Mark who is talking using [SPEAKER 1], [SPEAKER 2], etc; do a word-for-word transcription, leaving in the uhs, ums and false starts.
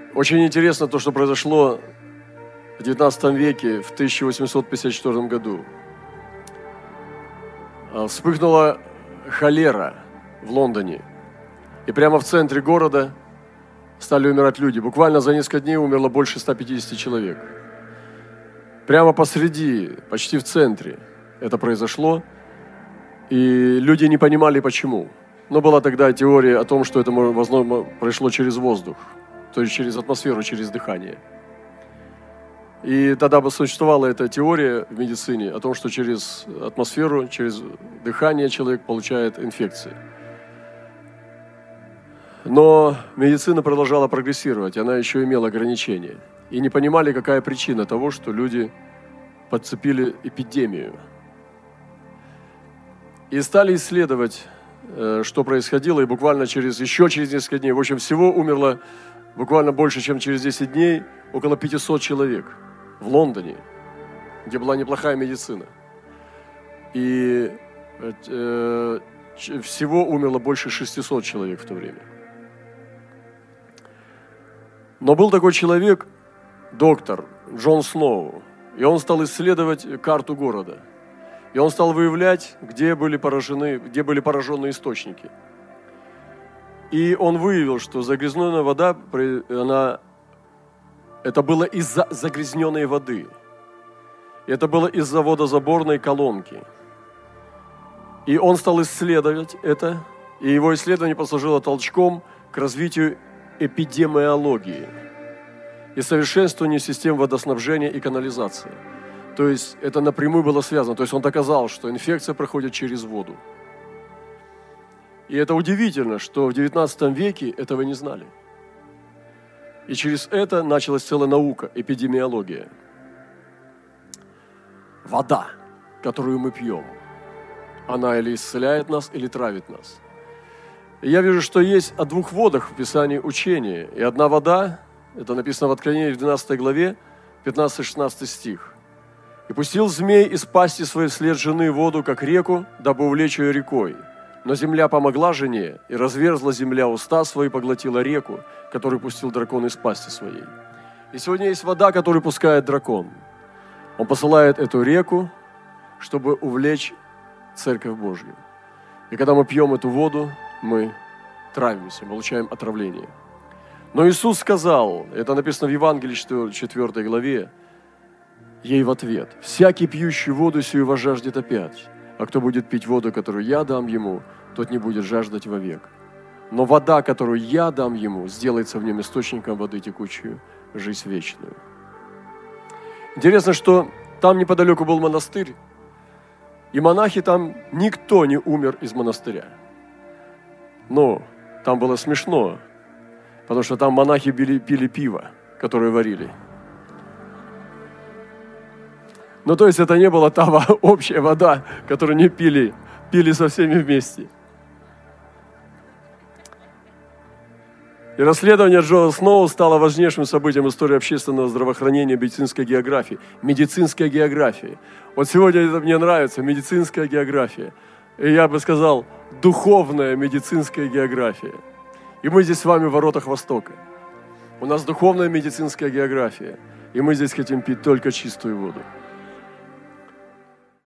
[SPEAKER 1] Очень интересно то, что произошло в девятнадцатом веке, в тысяча восемьсот пятьдесят четвёртом году. Вспыхнула холера в Лондоне. И прямо в центре города стали умирать люди. Буквально за несколько дней умерло больше ста пятидесяти человек. Прямо посреди, почти в центре это произошло. И люди не понимали, почему. Но была тогда теория о том, что это, возможно, произошло через воздух. То есть через атмосферу, через дыхание. И тогда бы существовала эта теория в медицине о том, что через атмосферу, через дыхание человек получает инфекции. Но медицина продолжала прогрессировать, она еще имела ограничения. И не понимали, какая причина того, что люди подцепили эпидемию. И стали исследовать, что происходило, и буквально через, еще через несколько дней, в общем, всего умерло буквально больше, чем через десять дней, около пятисот человек в Лондоне, где была неплохая медицина. И э, всего умерло больше шестисот человек в то время. Но был такой человек, доктор Джон Сноу, и он стал исследовать карту города. И он стал выявлять, где были поражены, где были пораженные источники. И он выявил, что загрязненная вода, она, это было из-за загрязненной воды. И это было из-за водозаборной колонки. И он стал исследовать это, и его исследование послужило толчком к развитию эпидемиологии и совершенствованию систем водоснабжения и канализации. То есть это напрямую было связано. То есть он доказал, что инфекция проходит через воду. И это удивительно, что в девятнадцатом веке этого не знали. И через это началась целая наука, эпидемиология. Вода, которую мы пьем, она или исцеляет нас, или травит нас. И я вижу, что есть о двух водах в Писании учение. И одна вода, это написано в Откровении в двенадцатой главе, пятнадцатый-шестнадцатый стих. «И пустил змей из пасти своей вслед жены воду, как реку, дабы увлечь ее рекой. Но земля помогла жене, и разверзла земля уста свои, поглотила реку, которую пустил дракон из пасти своей». И сегодня есть вода, которую пускает дракон. Он посылает эту реку, чтобы увлечь Церковь Божью. И когда мы пьем эту воду, мы травимся, получаем отравление. Но Иисус сказал, это написано в Евангелии четвёртой главе, ей в ответ: «Всякий, пьющий воду сию, возжаждет опять. А кто будет пить воду, которую я дам ему, тот не будет жаждать вовек. Но вода, которую я дам ему, сделается в нем источником воды, текущую жизнь вечную». Интересно, что там неподалеку был монастырь, и монахи там, никто не умер из монастыря. Но там было смешно, потому что там монахи пили, пили пиво, которое варили. Ну, то есть это не была та общая вода, которую не пили, пили со всеми вместе. И расследование Джона Сноу стало важнейшим событием истории общественного здравоохранения и медицинской географии. Медицинская география. Вот сегодня это мне нравится, медицинская география. И я бы сказал, духовная медицинская география. И мы здесь с вами в воротах Востока. У нас духовная медицинская география. И мы здесь хотим пить только чистую воду.